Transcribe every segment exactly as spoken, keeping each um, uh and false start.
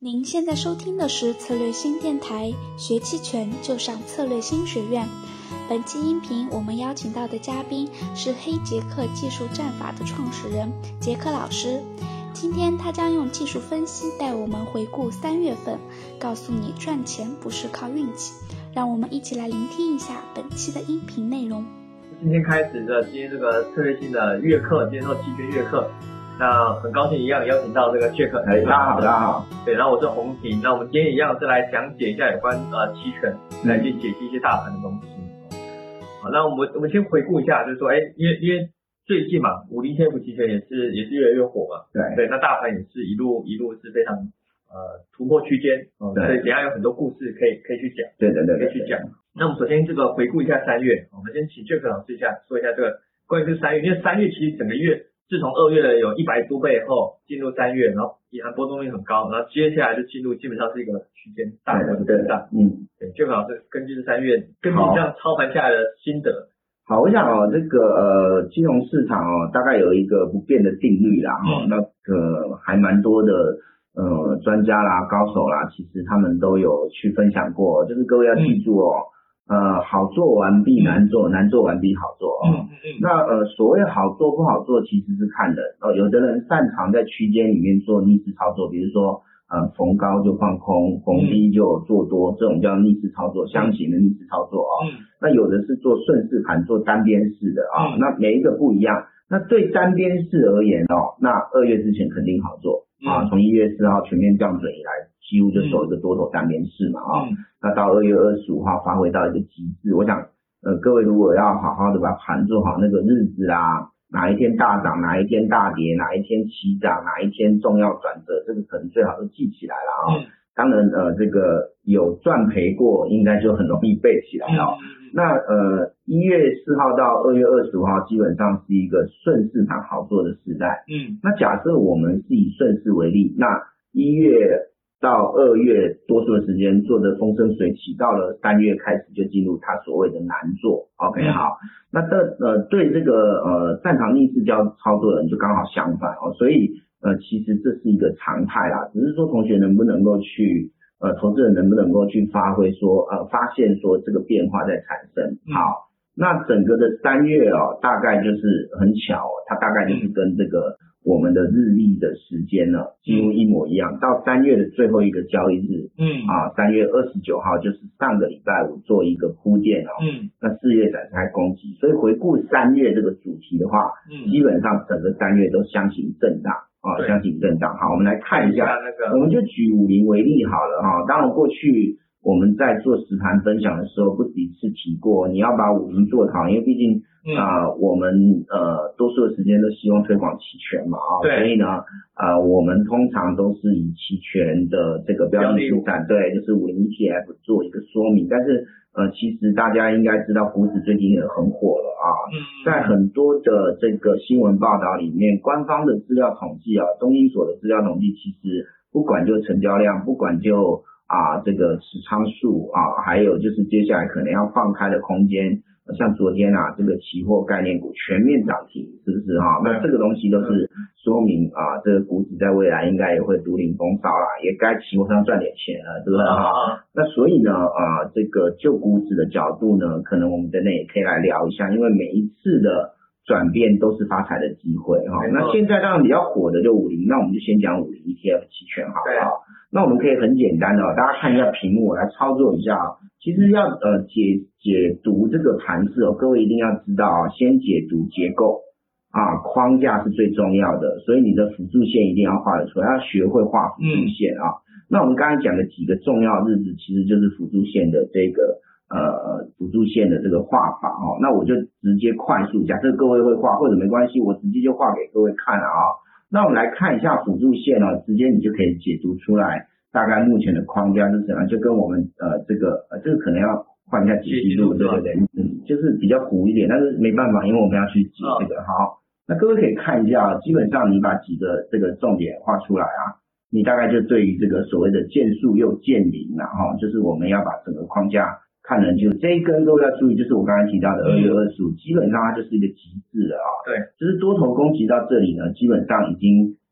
您现在收听的是策略新电台，学期权就上策略新学院。本期音频我们邀请到的嘉宾是黑杰克技术战法的创始人杰克老师。今天他将用技术分析带我们回顾三月份，告诉你赚钱不是靠运气。让我们一起来聆听一下本期的音频内容。 今天开始的今天这个策略性的月课，今天做期权月课。那很高兴一样邀请到这个杰克， 哎，大家好，大家好。 对，然后我是洪婷。那我们今天一样是来讲解一下有关呃期权，来去解析一些大盘的东西。好，那我们我们先回顾一下，就是说，哎，因为因为最近嘛，五零 K 线期权也是也是越来越火嘛。 对对，那大盘也是一路一路是非常呃突破区间，嗯，所以等一下有很多故事可以可以去讲。 对对对， 可以去讲。那我们首先这个回顾一下三月，我们先请杰克老师一下说一下这个关于这三月，因为三月其实整个月。自从二月的有一百多倍后，进入三月，然后也波动率很高，然后接下来就进入基本上是一个区间大幅的震荡。嗯，对，杰克老师根据这三月，根据这样操盘下来的心得。 好，我想哦，这个呃金融市场哦，大概有一个不变的定律啦，哈、嗯，那个还蛮多的呃专家啦、高手啦，其实他们都有去分享过，就是各位要记住哦。嗯呃，好做完必难做，难做完必好做哦。嗯嗯嗯。那呃，所谓好做不好做，其实是看人哦。有的人擅长在区间里面做逆势操作，比如说呃逢高就放空，逢低就做多，这种叫逆势操作，箱型的逆势操作哦。嗯。那有的是做顺势盘，做单边式的啊、哦嗯。那每一个不一样。那对单边式而言哦，那二月之前肯定好做啊。从一月四号全面降准以来，几乎就走一个多头单边式嘛啊。嗯。那到二月二十五号发挥到一个极致，我想，呃，各位如果要好好的把盘做好那个日子啦，哪一天大涨，哪一天大跌，哪一天起涨，哪一天重要转折，这个可能最好是记起来了啊、哦。嗯、当然，呃，这个有赚赔过，应该就很容易背起来了、哦。嗯、那呃，一月四号到二月二十五号，基本上是一个顺势盘好做的时代。嗯。那假设我们是以顺势为例，那一月。到二月多数的时间做的风生水起，到了三月开始就进入他所谓的难做。OK， 好，那这呃对这个呃擅长逆势交操作的人就刚好相反哦，所以呃其实这是一个常态啦，只是说同学能不能够去呃投资人能不能够去发挥说呃发现说这个变化在产生。好，那整个的三月哦，大概就是很巧、哦，它大概就是跟这个。我们的日历的时间呢，几乎一模一样。嗯、到三月的最后一个交易日，嗯啊，三月二十九号就是上个礼拜五做一个铺垫哦，嗯，那四月展开攻击，所以回顾三月这个主题的话，嗯，基本上整个三月都相形震荡啊，相形震荡。好，我们来看一下，那个、我们就举五零为例好了哈。当然过去我们在做实盘分享的时候，不止一次提过，你要把五零做好，因为毕竟。啊、呃，我们呃多数的时间都希望推广期权嘛啊，所以呢，呃，我们通常都是以期权的这个标的资产，对，就是五零 E T F 做一个说明。但是呃，其实大家应该知道，股指最近也很火了啊，在很多的这个新闻报道里面，官方的资料统计啊，中金所的资料统计，其实不管就成交量，不管就啊这个持仓数啊，还有就是接下来可能要放开的空间。像昨天啊，这个期货概念股全面涨停，是不是哈、啊？那这个东西都是说明啊，这个股指在未来应该也会独领风骚啦，也该期货上赚点钱了，对不对哈？那所以呢，啊，这个就股指的角度呢，可能我们等等也可以来聊一下，因为每一次的转变都是发财的机会哈。那现在当然比较火的就五零，那我们就先讲五零 E T F 期权好不好？那我们可以很简单的、哦，大家看一下屏幕，我来操作一下啊、哦。其实要呃解解读这个盘势哦，各位一定要知道啊，先解读结构啊，框架是最重要的，所以你的辅助线一定要画得出来，要学会画辅助线啊。嗯、那我们刚才讲的几个重要日子，其实就是辅助线的这个呃辅助线的这个画法哦。那我就直接快速，假设各位会画或者没关系，我直接就画给各位看了啊。那我们来看一下辅助线哦，直接你就可以解读出来。大概目前的框架是什么？就跟我们呃这个呃这个可能要换一下解析度，对对对，嗯，就是比较糊一点，但是没办法，因为我们要去解这个。好，那各位可以看一下，基本上你把几个这个重点画出来啊，你大概就对于这个所谓的见树又见林了哈，就是我们要把整个框架看人就这一根各位要注意，就是我刚才提到的二月二十五，基本上它就是一个极致了啊。对，就是多头攻击到这里呢，基本上已经。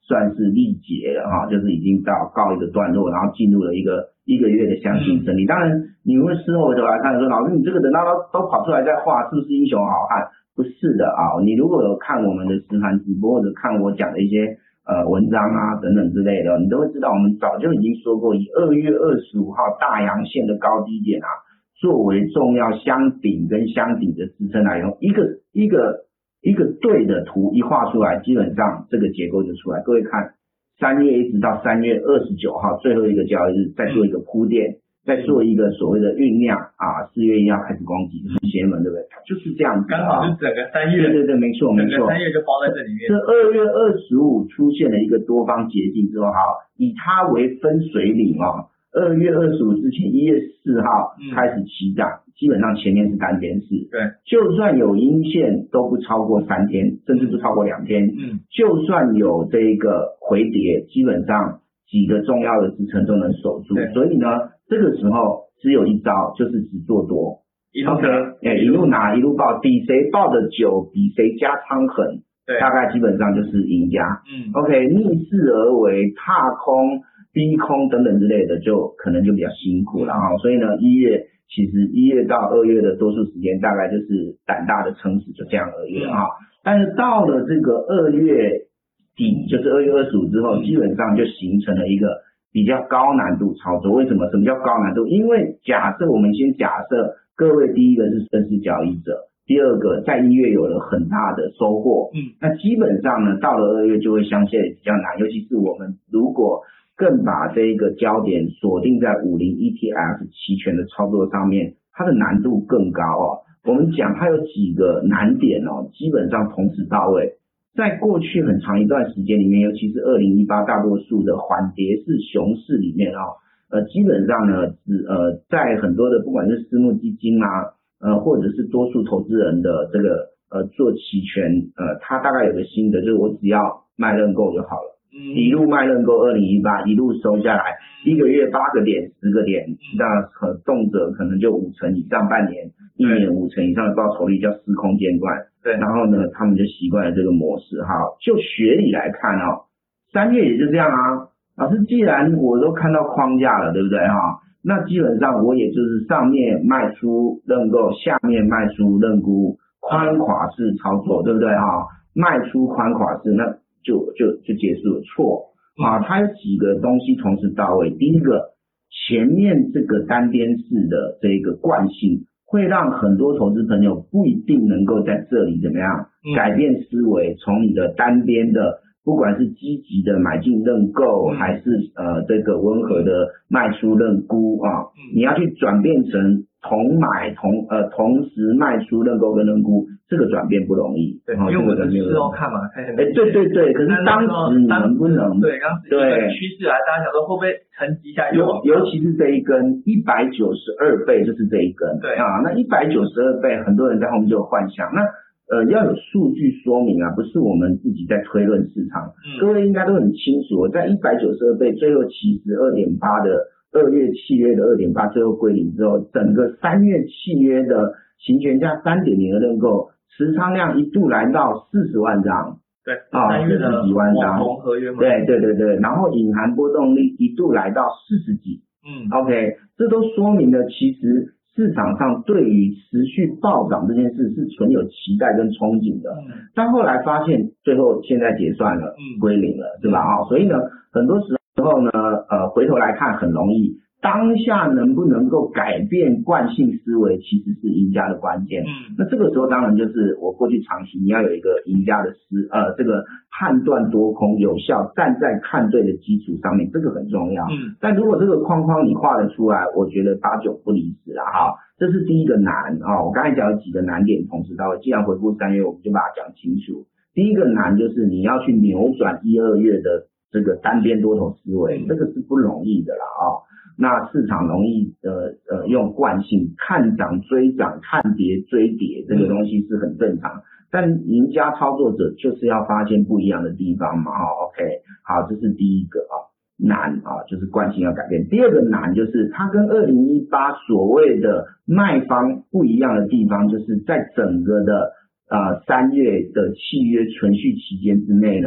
算是历劫了哈，就是已经到告一个段落，然后进入了一个一个月的相信胜利。嗯、当然你会事后回头来看说，老师你这个等到都跑出来再画，是不是英雄好汉？不是的啊，你如果有看我们的实盘直播或者看我讲的一些呃文章啊等等之类的，你都会知道我们早就已经说过，以二月二十五号大阳线的高低点啊作为重要箱顶跟箱顶的支撑来用，一个一个一个对的图一画出来，基本上这个结构就出来。各位看，三月一直到三月二十九号最后一个交易日，再做一个铺垫。再做一个所谓的酝酿啊，四月一号开始攻击邪门，对不对？就是这样子， 刚好是整个三月， 对对对，没错没错， 整个三月就包在这里面。 这二月二十五出现了一个多方捷径之后，好，以它为分水岭哦。二月二十五之前，一月四号开始起涨，嗯、基本上前面是单边式， 对， 就算有阴线都不超过三天，甚至不超过两天，嗯，就算有这个回跌，基本上几个重要的支撑都能守住，所以呢。这个时候只有一招，就是只做多， 一路拿， 哎、欸，一路拿一路抱，比谁抱的久，比谁加仓狠， 对， 大概基本上就是赢家。 嗯 ，OK， 逆势而为，踏空、逼空等等之类的，就可能就比较辛苦了哈、嗯。所以呢，一月其实一月到二月的多数时间，大概就是胆大的撑死，就这样而已了哈、嗯。但是到了这个二月底，就是二月二十五之后，嗯、基本上就形成了一个。比较高难度操作，为什么？什么叫高难度？因为假设我们先假设各位第一个是正式交易者，第二个在一月有了很大的收获，嗯，那基本上呢，到了二月就会相对比较难，尤其是我们如果更把这个焦点锁定在五零 E T F 期权的操作上面，它的难度更高哦。我们讲它有几个难点哦，基本上同时到位。在过去很长一段时间里面，尤其是二零一八大多数的缓跌式熊市里面啊、哦，呃，基本上呢，只呃，在很多的不管是私募基金啊，呃，或者是多数投资人的这个呃做期权，呃，他大概有个心得，就是我只要卖认购就好了，嗯，一路卖认购，二零一八一路收下来，一个月八个点、十个点，那很动辄可能就五成以上，半年、一年五成以上的报酬率叫司空见惯。对，然后呢，他们就习惯了这个模式哈。就学理来看哦，三月也就这样啊。老师，既然我都看到框架了，对不对哈？那基本上我也就是上面卖出认购，下面卖出认沽，宽垮式操作，对不对哈？卖出宽垮式，那就就就结束了。错啊，它有几个东西同时到位。第一个，前面这个单边式的这个惯性。会让很多投资朋友不一定能够在这里怎么样改变思维，从你的单边的不管是积极的买进认购，还是呃这个温和的卖出认沽啊，你要去转变成同买同呃同时卖出认购跟认沽，这个转变不容易。 对，因为我们事后看嘛，看哎，对对对，可是当时你能不能？ 对，当时一个趋势来，大家想说会不会沉积一下？ 尤尤其是这一根一百九十二倍，就是这一根。 对啊，那一百九十二倍，很多人在后面就有幻想。那呃要有数据说明啊，不是我们自己在推论市场。嗯、各位应该都很清楚，在一百九十二倍，最后其实二点八的。二月契约的 二点八 最后归零之后，整个三月契约的行权价 三点零 的认购持仓量一度来到四十万张， 对啊，四十几万张， 合约对对对对，然后隐含波动率一度来到四十几，嗯 ，OK， 这都说明了其实市场上对于持续暴涨这件事是存有期待跟憧憬的，嗯，但后来发现最后现在结算了，嗯，归零了，对吧？啊，所以呢，很多时候。之后呢，呃，回头来看很容易，当下能不能够改变惯性思维，其实是赢家的关键。嗯，那这个时候当然就是我过去长期你要有一个赢家的思，呃，这个判断多空有效，站在看对的基础上面，这个很重要。嗯，但如果这个框框你画得出来，我觉得八九不离十啦。哈，这是第一个难啊、哦。我刚才讲了几个难点同时到位，既然回顾三月，我们就把它讲清楚。第一个难就是你要去扭转一二月的。这个单边多头思维，这个是不容易的啦啊、哦。那市场容易呃呃用惯性看涨追涨，看跌追跌，这个东西是很正常。但赢家操作者就是要发现不一样的地方嘛。哦 OK， 好，这是第一个啊难啊，就是惯性要改变。第二个难就是它跟二零一八所谓的卖方不一样的地方，就是在整个的呃三月的契约存续期间之内呢。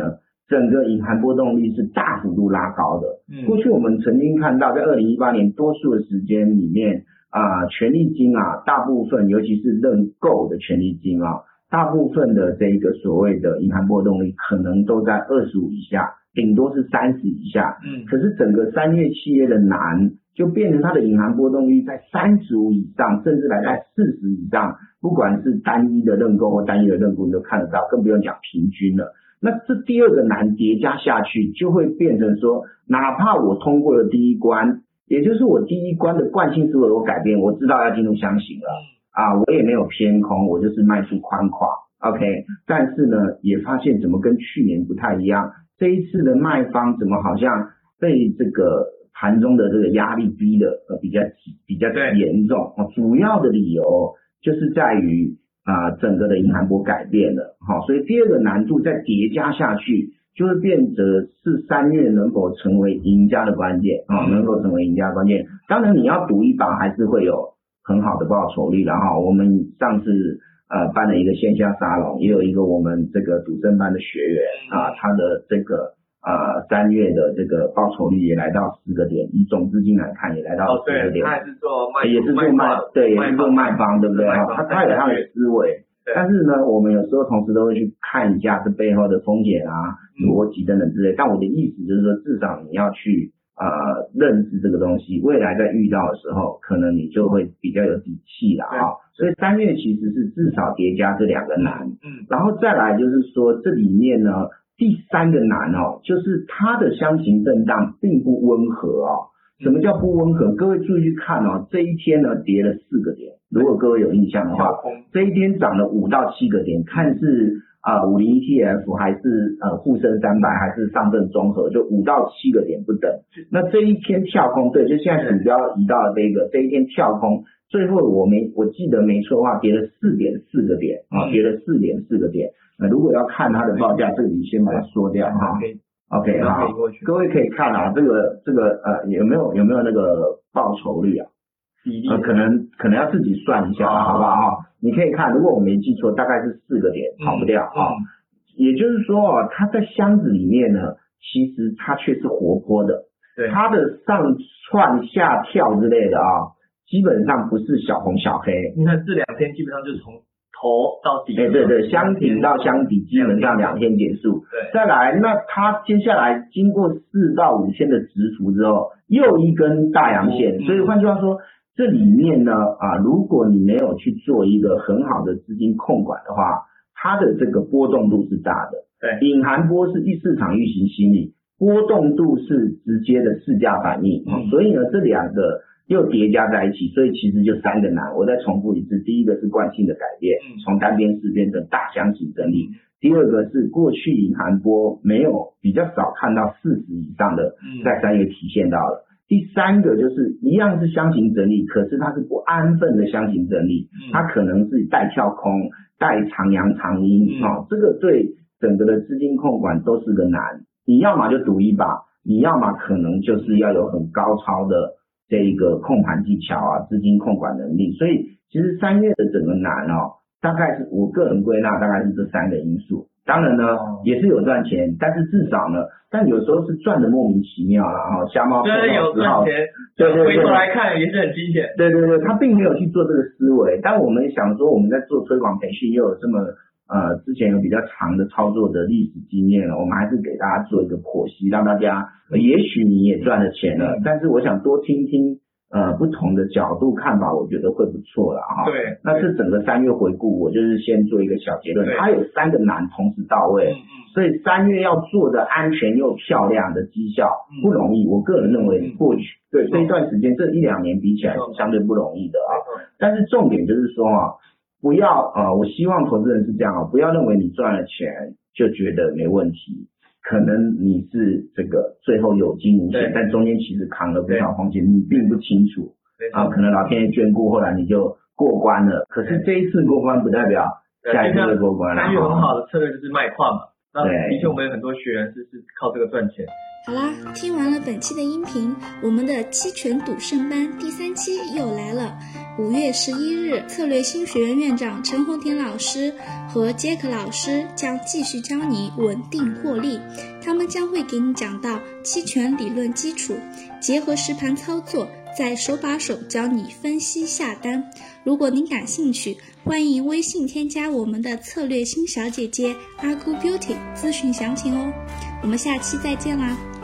整个隐含波动率是大幅度拉高的。 嗯， 过去我们曾经看到，在二零一八年多数的时间里面啊、呃，权利金啊，大部分尤其是认购的权利金啊，大部分的这个所谓的隐含波动率可能都在二十五以下，顶多是三十以下。 嗯， 可是整个三月契约的难，就变成它的隐含波动率在三十五以上，甚至来到四十以上，不管是单一的认购或单一的认沽，你都看得到，更不用讲平均了。那这第二个难叠加下去，就会变成说，哪怕我通过了第一关，也就是我第一关的惯性思维我改变，我知道要进入箱型了啊，我也没有偏空，我就是卖出宽跨 ，OK。但是呢，也发现怎么跟去年不太一样，这一次的卖方怎么好像被这个盘中的这个压力逼的呃比较比较严重，主要的理由就是在于。啊、呃，整个的隐含波改变了，好，所以第二个难度再叠加下去，就会变得是三月能否成为赢家的关键啊，能够成为赢家的关键。当然你要赌一把，还是会有很好的报酬率的哈。我们上次呃办了一个线下沙龙，也有一个我们这个赌圣班的学员啊，他的这个呃三月的这个报酬率也来到十个点，以总资金来看也来到十个点。 哦，对，他也是做卖， 也是做卖，对，也是做卖方，对不对？他他有他的思维，但是呢，我们有时候同时都会去看一下这背后的风险啊、逻辑等等之类。但我的意思就是说，至少你要去呃认知这个东西，未来在遇到的时候，可能你就会比较有底气了啊。所以三月其实是至少叠加这两个难，嗯，然后再来就是说这里面呢。第三个难哦，就是它的箱型震荡并不温和哦。什么叫不温和？各位注意去看哦，这一天呢跌了四个点，如果各位有印象的话，这一天涨了五到七个点，看是啊五零 E T F 还是呃沪深三百还是上证综合，就五到七个点不等。那这一天跳空，对，就现在鼠标移到这个，这一天跳空，最后我没我记得没错的话，跌了四点四个点啊，跌了四点四个点。那如果要看它的报价，这里先把它缩掉哈。OK 好，各位可以看啊，这个这个呃有没有有没有那个报酬率啊？呃可能可能要自己算一下，好不好？你可以看，如果我没记错，大概是四个点，跑不掉啊。也就是说啊，它在箱子里面呢，其实它却是活泼的，对，它的上窜下跳之类的啊，基本上不是小红小黑。 你看这两天基本上就是从头到底， 哎，对对，箱顶到箱底基本上两天结束。对，再来，那它接下来经过四到五天的直图之后，又一根大阳线，所以换句话说，这里面呢啊，如果你没有去做一个很好的资金控管的话，它的这个波动度是大的。对，隐含波是一市场运行心理，波动度是直接的市价反应。嗯，所以呢，这两个又叠加在一起，所以其实就三个难。我再重复一次，第一个是惯性的改变，从单边式变成大箱型整理；第二个是过去隐含波没有比较少看到四十以上的，在三月体现到了。第三个就是一样是箱型整理，可是它是不安分的箱型整理，它可能是带跳空、带长阳长阴啊、哦，这个对整个的资金控管都是个难。你要么就赌一把，你要么可能就是要有很高超的这一个控盘技巧啊，资金控管能力。所以其实三月的整个难哦，大概是我个人归纳大概是这三个因素。当然呢，也是有赚钱，但是至少呢，但有时候是赚的莫名其妙了哈，瞎猫碰到对，有赚钱，对对对，回头来看也是很惊险。 对对对，他并没有去做这个思维，但我们想说我们在做推广培训又有这么呃之前有比较长的操作的历史经验了，我们还是给大家做一个剖析，让大家、呃、也许你也赚了钱了，但是我想多听听呃不同的角度看法，我觉得会不错了哈。对，那这整个三月回顾，我就是先做一个小结论，它有三个难同时到位，嗯嗯，所以三月要做的安全又漂亮的绩效不容易，我个人认为过去对这一段时间这一两年比起来是相对不容易的啊。但是重点就是说啊，不要呃，我希望投资人是这样啊，不要认为你赚了钱就觉得没问题。可能你是这个最后有惊无险，但中间其实扛了不少风险，你并不清楚啊。可能老天爷眷顾，后来你就过关了。可是这一次过关不代表下一次会过关了。 三月很好的策略就是卖矿嘛， 那的确我们有很多学员是是靠这个赚钱。 好啦，听完了本期的音频，我们的期权赌圣班第三期又来了。五月十一日，策略新学院院长陈红婷老师和杰克老师将继续教你稳定获利。他们将会给你讲到期权理论基础，结合实盘操作，再手把手教你分析下单。如果您感兴趣，欢迎微信添加我们的策略新小姐姐阿姑 Beauty 咨询详情哦。我们下期再见啦！